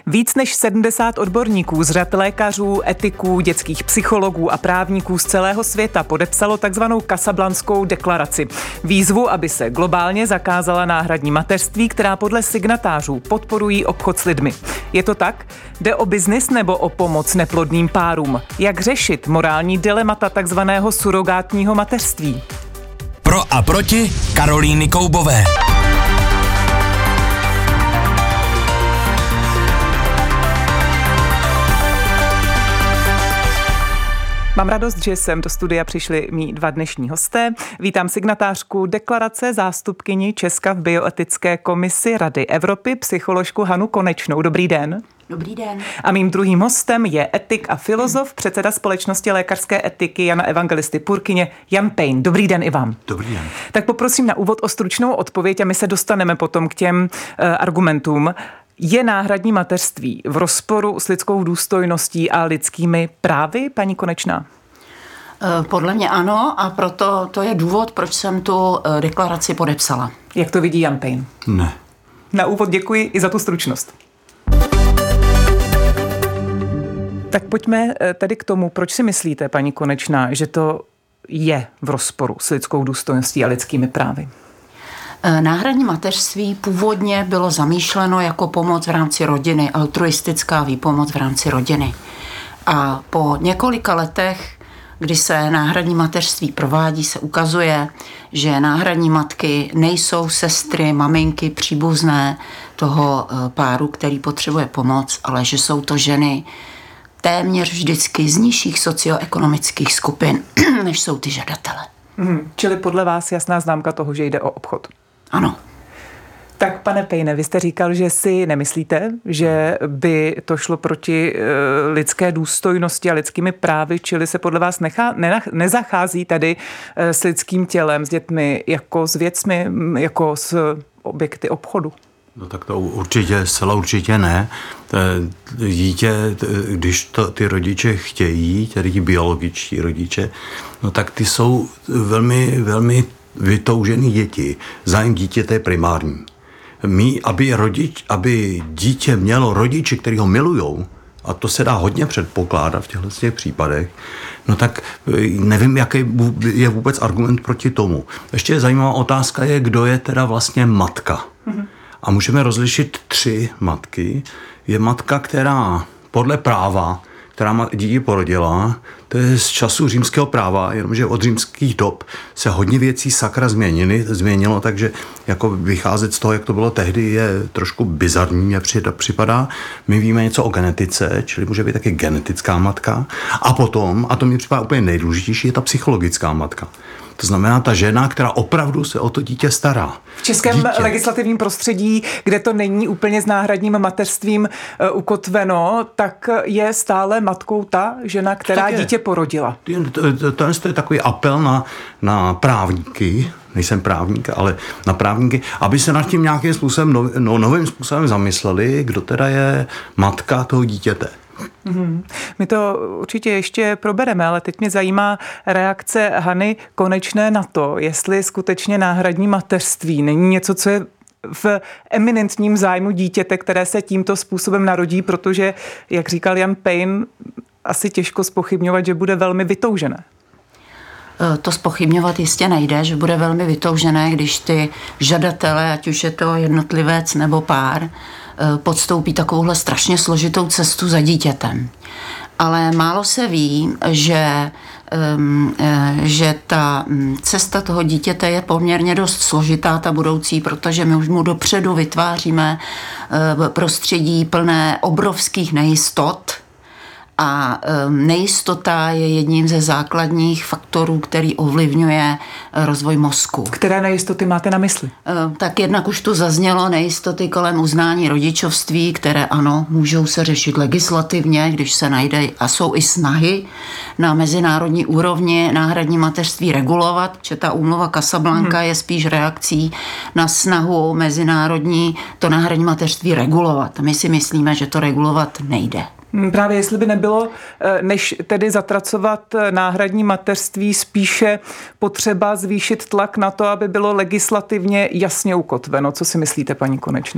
Víc než 70 odborníků z řad lékařů, etiků, dětských psychologů a právníků z celého světa podepsalo takzvanou Casablanskou deklaraci. Výzvu, aby se globálně zakázala náhradní mateřství, která podle signatářů podporují obchod s lidmi. Je to tak? Jde o biznis nebo o pomoc neplodným párům? Jak řešit morální dilemata takzvaného surogátního mateřství? Pro a proti Karolíny Koubové. Mám radost, že sem do studia přišli mí dva dnešní hosté. Vítám signatářku deklarace, zástupkyni Česka v bioetické komisi Rady Evropy, psycholožku Hanu Konečnou. Dobrý den. Dobrý den. A mým druhým hostem je etik a filozof, předseda Společnosti lékařské etiky Jana Evangelisty Purkyně, Jan Payne. Dobrý den i vám. Dobrý den. Tak poprosím na úvod o stručnou odpověď a my se dostaneme potom k těm argumentům. Je náhradní mateřství v rozporu s lidskou důstojností a lidskými právy, paní Konečná? Podle mě ano, a proto to je důvod, proč jsem tu deklaraci podepsala. Jak to vidí Jan Payne? Ne. Na úvod děkuji i za tu stručnost. Tak pojďme tedy k tomu, proč si myslíte, paní Konečná, že to je v rozporu s lidskou důstojností a lidskými právy? Náhradní mateřství původně bylo zamýšleno jako pomoc v rámci rodiny, altruistická výpomoc v rámci rodiny. A po několika letech, kdy se náhradní mateřství provádí, se ukazuje, že náhradní matky nejsou sestry, maminky, příbuzné toho páru, který potřebuje pomoc, ale že jsou to ženy téměř vždycky z nižších socioekonomických skupin, než jsou ty žadatele. Čili podle vás jasná známka toho, že jde o obchod? Ano. Tak pane Payne, vy jste říkal, že si nemyslíte, že by to šlo proti lidské důstojnosti a lidskými právy, čili se podle vás nezachází tady s lidským tělem, s dětmi, jako s věcmi, jako s objekty obchodu? No tak to zcela určitě ne. Dítě, když to ty rodiče chtějí, tedy ti biologičtí rodiče, no tak ty jsou velmi, velmi vytoužený děti. Zájem dítěte je primární. Aby dítě mělo rodiče, který ho milujou, a to se dá hodně předpokládat v těchto případech, no tak nevím, jaký je vůbec argument proti tomu. Ještě zajímavá otázka je, kdo je teda vlastně matka. A můžeme rozlišit 3 matky. Je matka, která podle práva, která dítě porodila, to je z času římského práva, jenomže od římských dob se hodně věcí sakra změnilo, takže jako vycházet z toho, jak to bylo tehdy, je trošku bizarní, mě připadá. My víme něco o genetice, čili může být taky genetická matka. A potom, a to mi připadá úplně nejdůležitější, je ta psychologická matka. To znamená ta žena, která opravdu se o to dítě stará. V českém legislativním prostředí, kde to není úplně s náhradním mateřstvím ukotveno, tak je stále matkou ta žena, která dítě porodila. To je takový apel na právníky, nejsem právník, ale na právníky, aby se nad tím nějakým způsobem, novým způsobem zamysleli, kdo teda je matka toho dítěte. My to určitě ještě probereme, ale teď mě zajímá reakce Hany Konečné na to, jestli skutečně náhradní mateřství není něco, co je v eminentním zájmu dítěte, které se tímto způsobem narodí, protože, jak říkal Jan Payne, asi těžko zpochybňovat, že bude velmi vytoužené. To zpochybňovat jistě nejde, že bude velmi vytoužené, když ty žadatelé, ať už je to jednotlivec nebo pár, podstoupí takovouhle strašně složitou cestu za dítětem. Ale málo se ví, že ta cesta toho dítěte je poměrně dost složitá, ta budoucí, protože my už mu dopředu vytváříme prostředí plné obrovských nejistot. A nejistota je jedním ze základních faktorů, který ovlivňuje rozvoj mozku. Které nejistoty máte na mysli? Tak jednak už tu zaznělo nejistoty kolem uznání rodičovství, které ano, můžou se řešit legislativně, když se najde, a jsou i snahy na mezinárodní úrovni náhradní mateřství regulovat, protože ta úmluva Casablanca je spíš reakcí na snahu mezinárodní to náhradní mateřství regulovat. My si myslíme, že to regulovat nejde. Právě jestli by nebylo, než tedy zatracovat náhradní mateřství, spíše potřeba zvýšit tlak na to, aby bylo legislativně jasně ukotveno. Co si myslíte, paní Konečná?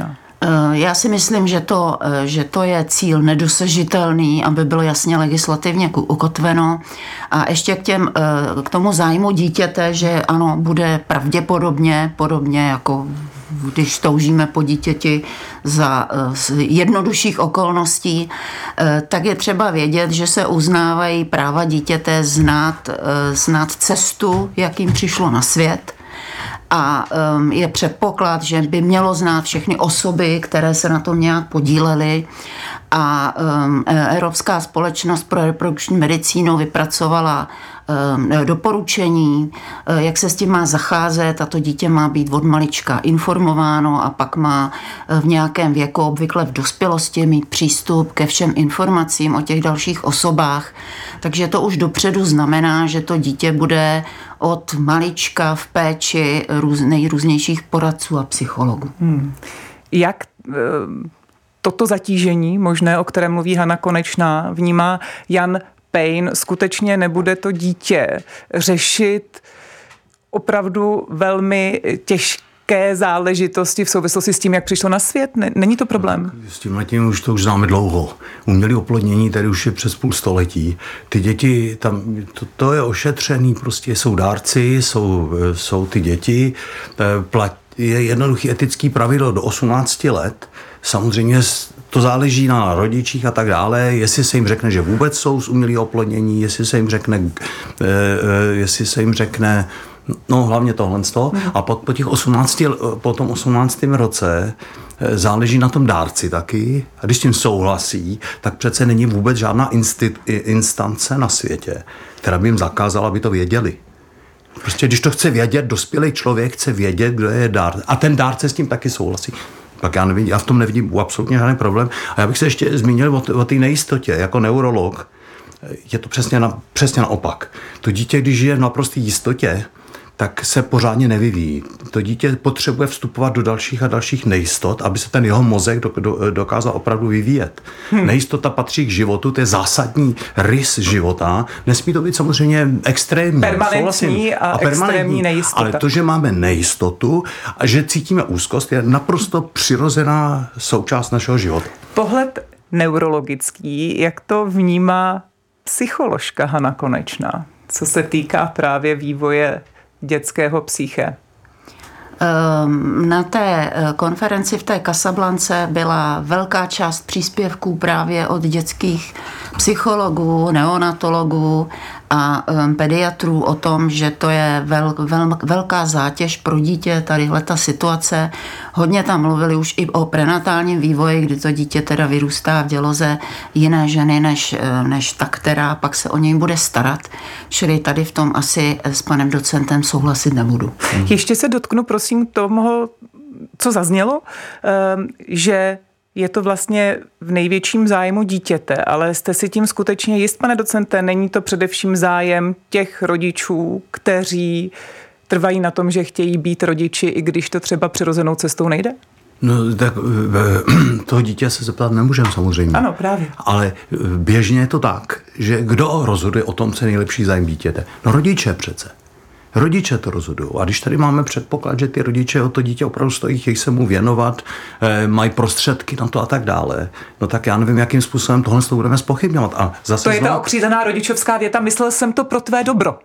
Já si myslím, že to je cíl nedosažitelný, aby bylo jasně legislativně ukotveno. A ještě k tomu zájmu dítěte, že ano, bude pravděpodobně, podobně jako když toužíme po dítěti za jednodušších okolností, tak je třeba vědět, že se uznávají práva dítěte znát cestu, jakým přišlo na svět. A je předpoklad, že by mělo znát všechny osoby, které se na tom nějak podílely. A Evropská společnost pro reprodukční medicínu vypracovala doporučení, jak se s tím má zacházet, a to dítě má být od malička informováno a pak má v nějakém věku, obvykle v dospělosti, mít přístup ke všem informacím o těch dalších osobách. Takže to už dopředu znamená, že to dítě bude od malička v péči nejrůznějších poradců a psychologů. Jak toto zatížení, možné, o kterém mluví Hana Konečná, vnímá Jan Pejn? Skutečně nebude to dítě řešit opravdu velmi těžké záležitosti v souvislosti s tím, jak přišlo na svět? Není to problém? S tímhletím už to už známe dlouho. Umělé oplodnění tady už je přes půl století. Ty děti, tam to je ošetřený, prostě jsou dárci, jsou ty děti. Je jednoduchý etický pravidlo do 18 let. Samozřejmě to záleží na rodičích a tak dále, jestli se jim řekne, že vůbec jsou z umělého oplodnění, jestli se jim řekne no hlavně tohle. A po tom 18. roce záleží na tom dárci taky. A když s tím souhlasí, tak přece není vůbec žádná instance na světě, která by jim zakázala, aby to věděli. Prostě když to chce vědět, dospělý člověk chce vědět, kdo je dárce. A ten dárce s tím taky souhlasí. Tak já v tom nevidím absolutně žádný problém. A já bych se ještě zmínil o té nejistotě. Jako neurolog je to přesně naopak. To dítě, když je v naprosté jistotě, tak se pořádně nevyvíjí. To dítě potřebuje vstupovat do dalších a dalších nejistot, aby se ten jeho mozek dokázal opravdu vyvíjet. Nejistota patří k životu, to je zásadní rys života. Nesmí to být samozřejmě extrémní. Permanentní a extrémní nejistota. Ale to, že máme nejistotu a že cítíme úzkost, je naprosto přirozená součást našeho života. Pohled neurologický, jak to vnímá psycholožka Hana Konečná, co se týká právě vývoje dětského psyché? Na té konferenci v té Casablance byla velká část příspěvků právě od dětských psychologů, neonatologů a pediatrů o tom, že to je velká zátěž pro dítě, tadyhleta situace. Hodně tam mluvili už i o prenatálním vývoji, kdy to dítě teda vyrůstá v děloze jiné ženy než ta, která pak se o něj bude starat. Čili tady v tom asi s panem docentem souhlasit nebudu. Ještě se dotknu, prosím, toho, co zaznělo, že je to vlastně v největším zájmu dítěte, ale jste si tím skutečně jist, pane docente, není to především zájem těch rodičů, kteří trvají na tom, že chtějí být rodiči, i když to třeba přirozenou cestou nejde? No, tak toho dítě se zeptat nemůžeme samozřejmě. Ano, právě. Ale běžně je to tak, že kdo rozhoduje o tom, co je nejlepší zájem dítěte? No rodiče přece. Rodiče to rozhodují. A když tady máme předpoklad, že ty rodiče o to dítě opravdu stojí, chtějí se mu věnovat, mají prostředky na to a tak dále, no tak já nevím, jakým způsobem tohle to budeme zpochybňovat. A zase to je ta okřídlená rodičovská věta, myslel jsem to pro tvé dobro.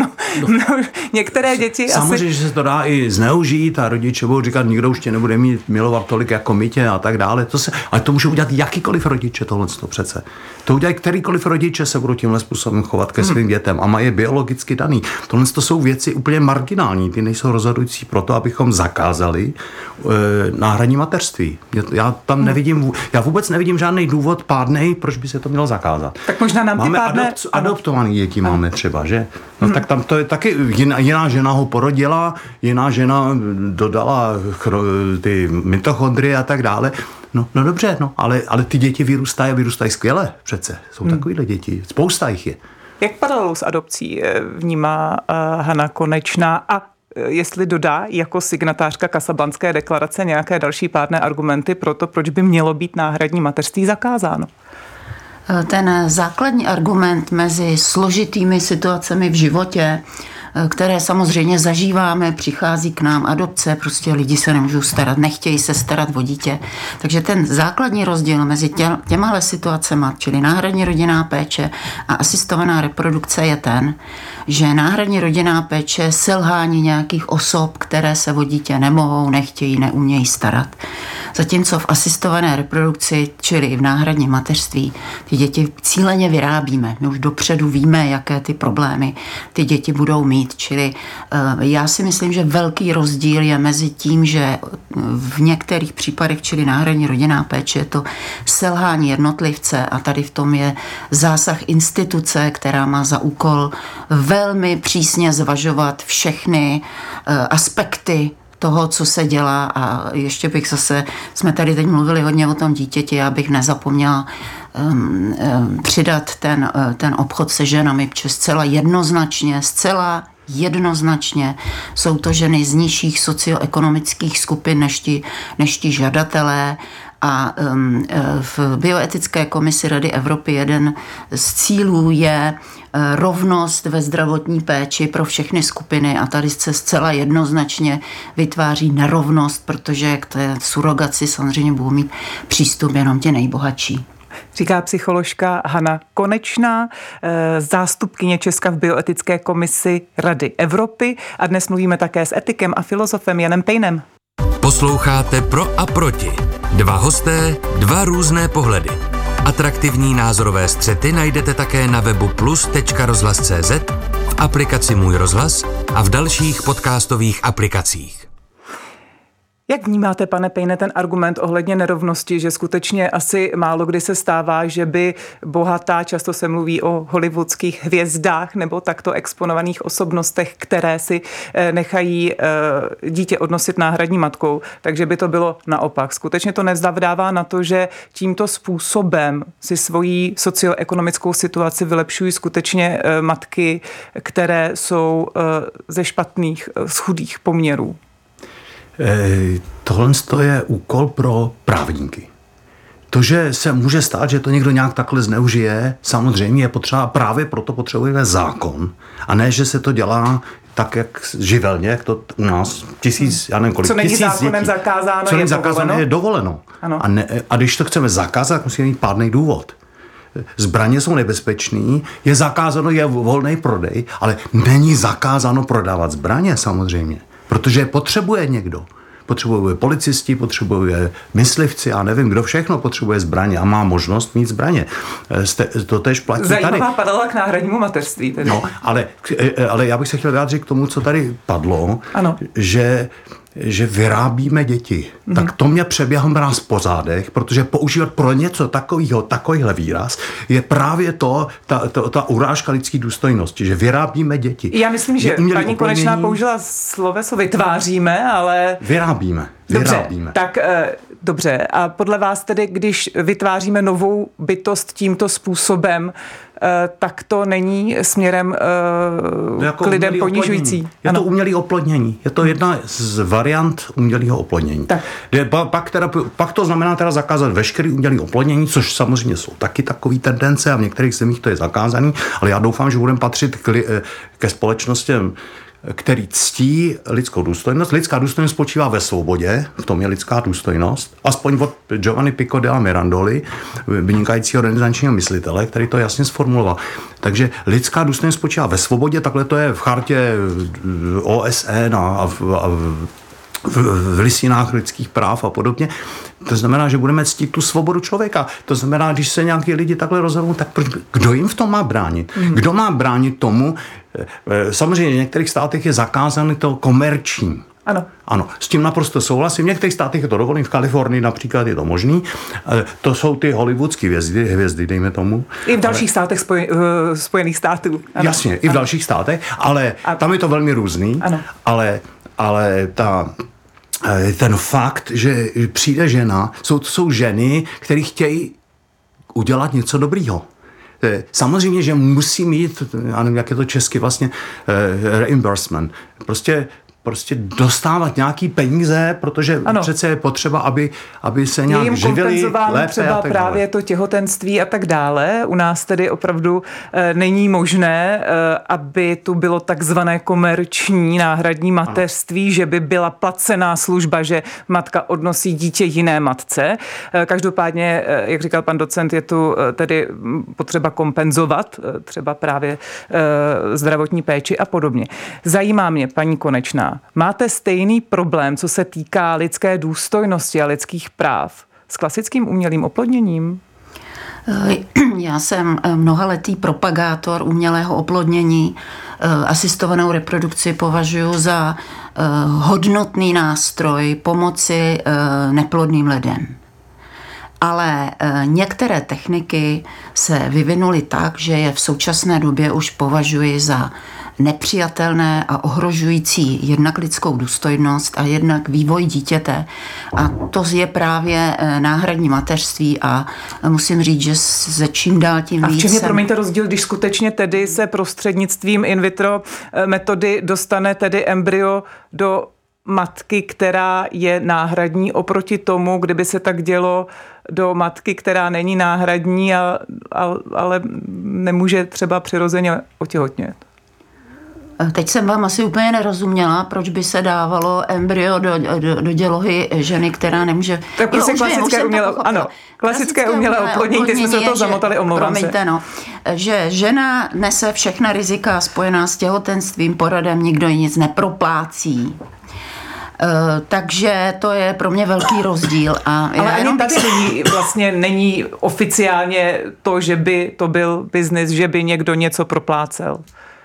Některé děti samozřejmě, že se to dá i zneužít a rodiče budou říkat, nikdo už tě nebude milovat tolik jako my tě a tak dále. Ale to může udělat jakýkoliv rodiče tohle přece. To udělají kterýkoliv rodiče se budou tímhle způsobem chovat ke svým dětem a mají je biologicky daný. Tohle to jsou věci úplně marginální, ty nejsou rozhodující pro to, abychom zakázali náhradní mateřství. Já tam nevidím, já vůbec nevidím žádný důvod pádnej, proč by se to mělo zakázat. Tak možná nám máme adoptovaný děti, máme třeba, že? No tak tam to je taky, jiná žena ho porodila, jiná žena dodala ty mitochondrie a tak dále. No dobře, ale ty děti vyrůstají skvěle přece. Jsou takovýhle děti, spousta jich je. Jak paralelu s adopcí vnímá Hana Konečná a jestli dodá jako signatářka Casablanské deklarace nějaké další pádné argumenty pro to, proč by mělo být náhradní mateřství zakázáno? Ten základní argument mezi složitými situacemi v životě které samozřejmě zažíváme, přichází k nám adopce, prostě lidi se nemůžou starat, nechtějí se starat o dítě. Takže ten základní rozdíl mezi těmahle situacemi, čili náhradní rodinná péče a asistovaná reprodukce je ten, že náhradní rodinná péče je selhání nějakých osob, které se o dítě nemohou, nechtějí, neumějí starat. Zatímco v asistované reprodukci, čili v náhradním mateřství, ty děti cíleně vyrábíme. My už dopředu víme, jaké ty problémy ty děti budou mít. Čili já si myslím, že velký rozdíl je mezi tím, že v některých případech, čili náhradní rodinná péče, je to selhání jednotlivce a tady v tom je zásah instituce, která má za úkol velmi přísně zvažovat všechny aspekty toho, co se dělá. A ještě bych zase, jsme tady teď mluvili hodně o tom dítěti, já bych nezapomněla přidat ten obchod se ženami, protože zcela jednoznačně jsou to ženy z nižších socioekonomických skupin než ti žadatelé. A v bioetické komisi Rady Evropy jeden z cílů je rovnost ve zdravotní péči pro všechny skupiny a tady se zcela jednoznačně vytváří nerovnost, protože k té surrogaci samozřejmě budou mít přístup jenom ti nejbohatší. Říká psycholožka Hana Konečná, zástupkyně Česka v bioetické komisi Rady Evropy a dnes mluvíme také s etikem a filozofem Janem Pejnem. Posloucháte Pro a proti. Dva hosté, dva různé pohledy. Atraktivní názorové střety najdete také na webu plus.rozhlas.cz, v aplikaci Můj rozhlas a v dalších podcastových aplikacích. Jak vnímáte, pane Pejne, ten argument ohledně nerovnosti, že skutečně asi málo kdy se stává, že by bohatá, často se mluví o hollywoodských hvězdách nebo takto exponovaných osobnostech, které si nechají dítě odnosit náhradní matkou, takže by to bylo naopak. Skutečně to nevzdává na to, že tímto způsobem si svoji socioekonomickou situaci vylepšují skutečně matky, které jsou ze špatných, z chudých poměrů. Tohle je úkol pro právníky. To, že se může stát, že to někdo nějak takhle zneužije, samozřejmě je potřeba, právě proto potřebujeme zákon. A ne, že se to dělá tak, jak živelně, jak to u nás já nevím kolik, co není zákonem dětí. zakázáno, co není zakázáno, je dovoleno. Ano. A když to chceme zakázat, musíme mít pádný důvod. Zbraně jsou nebezpečný, je zakázáno, je volný prodej, ale není zakázáno prodávat zbraně samozřejmě. Protože potřebuje někdo. Potřebuje policisti, potřebuje myslivci a nevím, kdo všechno potřebuje zbraně a má možnost mít zbraně. To též platí tady. Zajímavá paralela k náhradnímu mateřství. Tedy. No, ale já bych se chtěl vyjádřit k tomu, co tady padlo, ano. že vyrábíme děti. Tak to mě přeběhlo mráz po zádech, protože používat pro něco takovýhle výraz je právě ta urážka lidské důstojnosti, že vyrábíme děti. Já myslím, že paní Konečná použila sloveso vytváříme, ale... Vyrábíme. Tak dobře. A podle vás tedy, když vytváříme novou bytost tímto způsobem, tak to není směrem k lidem ponižující. Je to umělé oplodnění. Je to jedna z variant umělého oplodnění. Pak to znamená teda zakázat veškeré umělé oplodnění, což samozřejmě jsou taky takové tendence a v některých zemích to je zakázané, ale já doufám, že budeme patřit ke společnostem, který ctí lidskou důstojnost. Lidská důstojnost spočívá ve svobodě, v tom je lidská důstojnost, aspoň od Giovanni Pico della Mirandoli, vynikajícího renesančního myslitele, který to jasně sformuloval. Takže lidská důstojnost spočívá ve svobodě, takhle to je v chartě OSN a v listinách lidských práv a podobně. To znamená, že budeme ctít tu svobodu člověka. To znamená, když se nějaký lidi takhle rozhodnou, tak kdo jim v tom má bránit? Kdo má bránit tomu? Samozřejmě v některých státech je zakázané to komerční. Ano, s tím naprosto souhlasím. V některých státech je to dovolené, v Kalifornii například je to možný. To jsou ty hollywoodské hvězdy, dejme tomu. I v dalších státech Spojených států. Ano. Jasně, i v dalších státech, ale tam je to velmi různý. Ano. Ale ten fakt, že přijde žena, jsou ženy, které chtějí udělat něco dobrýho. Samozřejmě, že musí mít, já nevím, jak je to česky vlastně, reimbursement. Prostě prostě dostávat nějaký peníze, protože přece je potřeba, aby se nějak živili lépe třeba a tak právě to těhotenství a tak dále. U nás tedy opravdu není možné, aby tu bylo takzvané komerční náhradní mateřství, že by byla placená služba, že matka odnosí dítě jiné matce. Každopádně, jak říkal pan docent, je tu tedy potřeba kompenzovat třeba právě zdravotní péči a podobně. Zajímá mě, paní Konečná, máte stejný problém, co se týká lidské důstojnosti a lidských práv s klasickým umělým oplodněním? Já jsem mnohaletý propagátor umělého oplodnění. Asistovanou reprodukci považuji za hodnotný nástroj pomoci neplodným lidem. Ale některé techniky se vyvinuly tak, že je v současné době už považuji za nepřijatelné a ohrožující jednak lidskou důstojnost a jednak vývoj dítěte. A to je právě náhradní mateřství a musím říct, že se čím dál tím víc... A v čem je, promiňte, rozdíl, když skutečně tedy se prostřednictvím in vitro metody dostane tedy embryo do matky, která je náhradní, oproti tomu, kdyby se tak dělo do matky, která není náhradní, ale nemůže třeba přirozeně otěhotnět? Teď jsem vám asi úplně nerozuměla, proč by se dávalo embryo do dělohy ženy, která nemůže... To je prostě klasické umělé oplodnění, teď jsme se to zamotali, omlouvám se. Promiňte, že žena nese všechna rizika spojená s těhotenstvím, porodem, nikdo ji nic neproplácí. Takže to je pro mě velký rozdíl. Ale ani tady není oficiálně to, že by to byl biznis, že by někdo něco proplácel.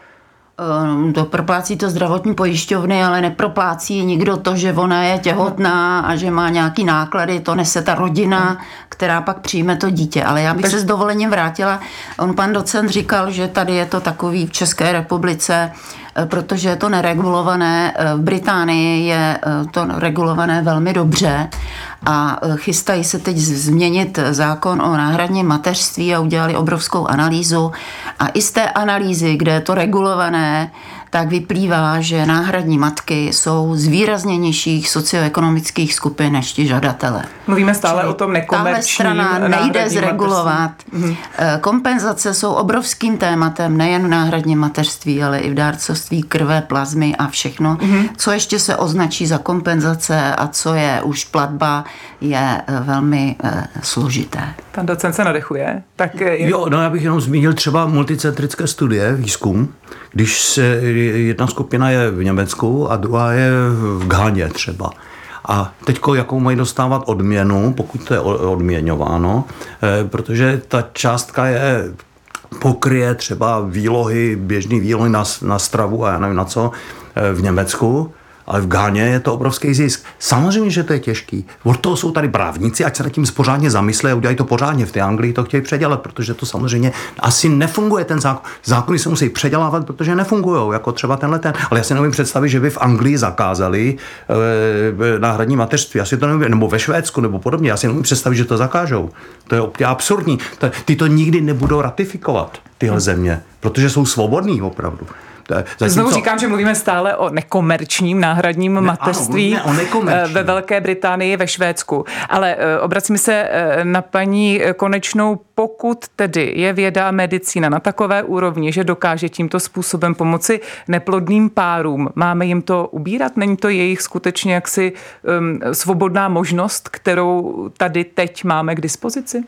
To proplácí to zdravotní pojišťovny, ale neproplácí nikdo to, že ona je těhotná a že má nějaký náklady, to nese ta rodina, která pak přijme to dítě. Ale já bych se s dovolením vrátila. Pan docent říkal, že tady je to takový v České republice, protože je to neregulované. V Británii je to regulované velmi dobře a chystají se teď změnit zákon o náhradním mateřství a udělali obrovskou analýzu. A i z té analýzy, kde je to regulované, tak vyplývá, že náhradní matky jsou z výrazně nižších socioekonomických skupin než ti žadatelé. Mluvíme stále o tom nekomerčním. Tahle strana nejde zregulovat. Kompenzace jsou obrovským tématem, nejen v náhradním mateřství, ale i v dárcovství krve, plazmy a všechno. Co ještě se označí za kompenzace a co je už platba, je velmi složité. Pan docent se nadechuje. Já bych jenom zmínil třeba multicentrické studie, výzkum, když se jedna skupina je v Německu a druhá je v Ghaně třeba. A teďko jakou mají dostávat odměnu, pokud to je odměňováno, protože ta částka pokryje třeba běžný výlohy na stravu a já nevím na co v Německu, ale v Ghaně je to obrovský zisk. Samozřejmě, že to je těžký. Od toho jsou tady právníci, ať se nad tím pořádně zamyslí a udělají to pořádně. V té Anglii to chtějí předělat, protože to samozřejmě asi nefunguje ten zákon. Zákony se musí předělávat, protože nefungujou, jako třeba tenhle. Ale já si nevím představit, že by v Anglii zakázali náhradní mateřství. Asi to nevím, nebo ve Švédsku, nebo podobně. Já si nevím představit, že to zakážou. To je úplně absurdní. Ty to nikdy nebudou ratifikovat, tyhle země, protože jsou svobodní opravdu. Znovu říkám, že mluvíme stále o nekomerčním náhradním mateřství ve Velké Británii, ve Švédsku. Ale obracím se na paní Konečnou, pokud tedy je věda a medicína na takové úrovni, že dokáže tímto způsobem pomoci neplodným párům, máme jim to ubírat? Není to jejich skutečně jaksi svobodná možnost, kterou tady teď máme k dispozici?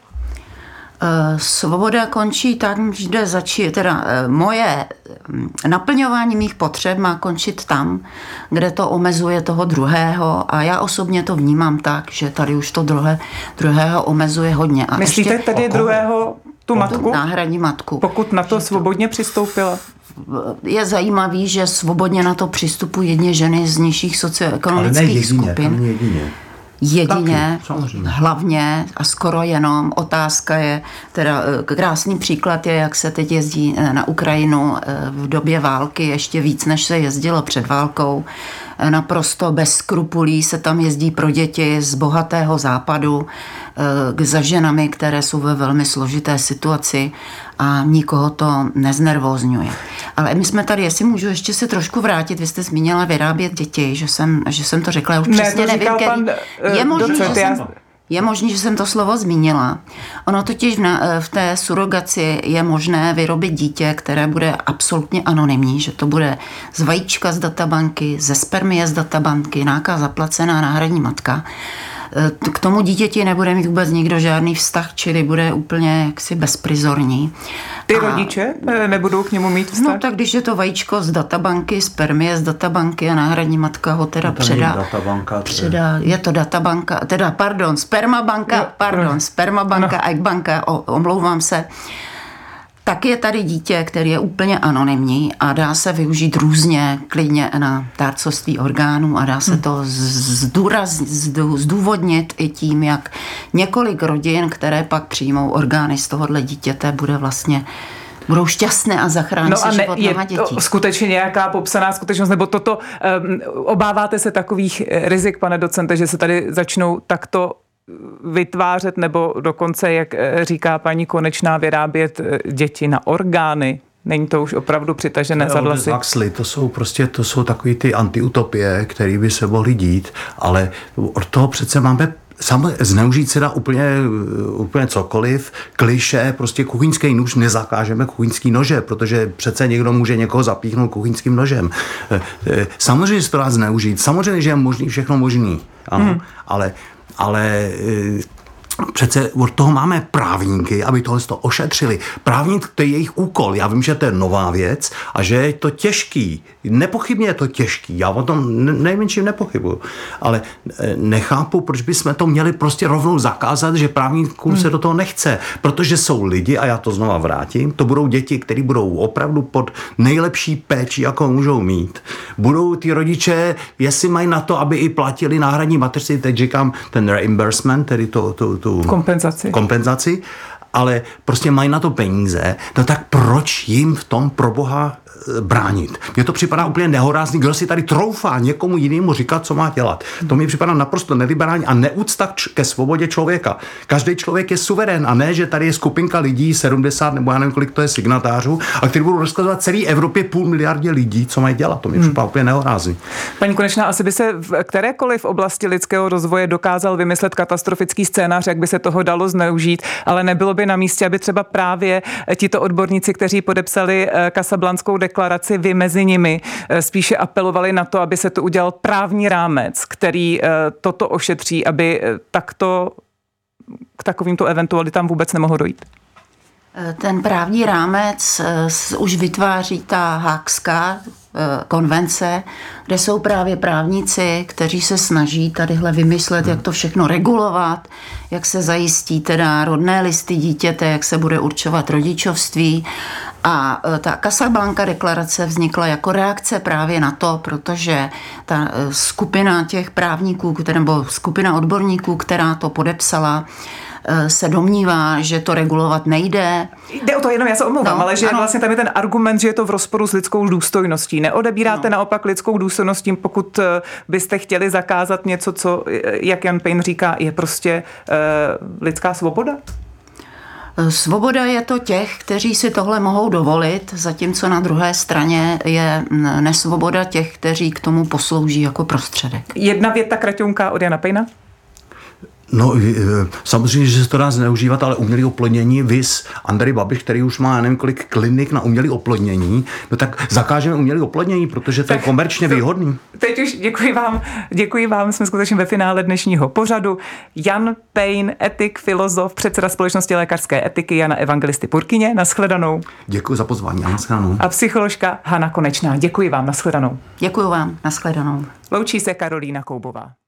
Svoboda končí tam, kde moje naplňování mých potřeb má končit tam, kde to omezuje toho druhého a já osobně to vnímám tak, že tady už to druhého omezuje hodně. A myslíte tedy druhého tu matku? Náhradní matku. Pokud na to svobodně přistoupila? Je zajímavý, že svobodně na to přistupují jedně ženy z nižších socioekonomických skupin. Jedině, hlavně a skoro jenom. Otázka je, teda krásný příklad je, jak se teď jezdí na Ukrajinu v době války, ještě víc, než se jezdilo před válkou. naprosto bez skrupulí se tam jezdí pro děti z bohatého západu za ženami, které jsou ve velmi složité situaci a nikoho to neznervózňuje. Ale my jsme tady, jestli můžu ještě se trošku vrátit, vy jste zmínila vyrábět děti, že jsem to řekla, já už přesně nevím, je možné, že jsem to slovo zmínila. Ono totiž v té surrogaci je možné vyrobit dítě, které bude absolutně anonymní, že to bude z vajíčka z databanky, ze spermie z databanky, nějaká zaplacená náhradní matka. K tomu dítěti nebude mít vůbec nikdo žádný vztah, čili bude úplně jaksi bezprizorní. Ty rodiče nebudou k němu mít vztah? No tak když je to vajíčko z databanky, spermie z databanky a náhradní matka ho teda předá. Je to databanka, spermabanka, eggbanka, omlouvám se. Tak je tady dítě, který je úplně anonymní a dá se využít různě, klidně na dárcovství orgánů a dá se to zdůvodnit i tím, jak několik rodin, které pak přijmou orgány z tohohle dítěte, budou šťastné a zachrání si život mnoha dětí. Je to skutečně nějaká popsaná skutečnost, nebo toto obáváte se takových rizik, pane docente, že se tady začnou takto vytvářet nebo dokonce, jak říká paní Konečná, vyrábět děti na orgány? Není to už opravdu přitažené za vlasy? To jsou takový ty antiutopie, které by se mohly dít, ale od toho přece máme zneužít se dá úplně cokoliv, klišé, prostě kuchyňský nůž, nezakážeme kuchyňský nože, protože přece někdo může někoho zapíchnout kuchyňským nožem. Samozřejmě se to dá zneužít, samozřejmě, že je možný, všechno možný, ano, ale přece od toho máme právníky, aby tohle to ošetřili. Právník, to je jejich úkol. Já vím, že to je nová věc a že je to těžký. Nepochybně je to těžký. Já o tom nejmenším nepochybuju. Ale nechápu, proč bychom to měli prostě rovnou zakázat, že právníkům se do toho nechce. Protože jsou lidi, a já to znova vrátím, to budou děti, které budou opravdu pod nejlepší péčí, jakou můžou mít. Budou ty rodiče, jestli mají na to, aby i platili náhradní mateřství, teď říkám ten reimbursement, tedy tu kompenzaci, ale prostě mají na to peníze, no tak proč jim v tom proboha bránit? Mně to připadá úplně nehorázný, kdo si tady troufá někomu jinému říkat, co má dělat. To mi připadá naprosto neliberální a neúcta ke svobodě člověka. Každý člověk je suverén a ne, že tady je skupinka lidí, 70 nebo já nevím, kolik to je signatářů, a kteří budou rozkazovat celé Evropě 500 miliard lidí, co mají dělat. To mi připadá úplně nehorázný. Paní Konečná, asi by se v kterékoliv oblasti lidského rozvoje dokázal vymyslet katastrofický scénář, jak by se toho dalo zneužít, ale nebylo by na místě, aby třeba právě tito odborníci, kteří podepsali Casablanskou deklaraci, vy mezi nimi spíše apelovali na to, aby se tu udělal právní rámec, který toto ošetří, aby takto k takovýmto eventualitám vůbec nemohlo dojít? Ten právní rámec už vytváří ta Haagská konvence, kde jsou právě právníci, kteří se snaží tadyhle vymyslet, jak to všechno regulovat, jak se zajistí teda rodné listy dítěte, jak se bude určovat rodičovství. A ta Casablanca deklarace vznikla jako reakce právě na to, protože ta skupina těch právníků, nebo skupina odborníků, která to podepsala, se domnívá, že to regulovat nejde. Jde o to jenom, já se omlouvám, ale že vlastně tam je ten argument, že je to v rozporu s lidskou důstojností. Neodebíráte naopak lidskou důstojností, pokud byste chtěli zakázat něco, co, jak Jan Payne říká, je prostě lidská svoboda? Svoboda je to těch, kteří si tohle mohou dovolit, zatímco na druhé straně je nesvoboda těch, kteří k tomu poslouží jako prostředek. Jedna věta kraťonka od Jana Payna? No, samozřejmě, že se to dá zneužívat, ale umělé oplodnění, viz Andrej Babiš, který už má nevím kolik klinik na umělé oplodnění, no tak zakážeme umělé oplodnění, protože to je komerčně výhodný. Teď už děkuji vám, jsme skutečně ve finále dnešního pořadu. Jan Payne, etik, filozof, předseda Společnosti lékařské etiky Jana Evangelisty Purkyně, nashledanou. Děkuji za pozvání, a nashledanou. A psycholožka Hana Konečná, děkuji vám, nashledanou. Děkuji vám, nashledanou. Loučí se Karolína Koubová.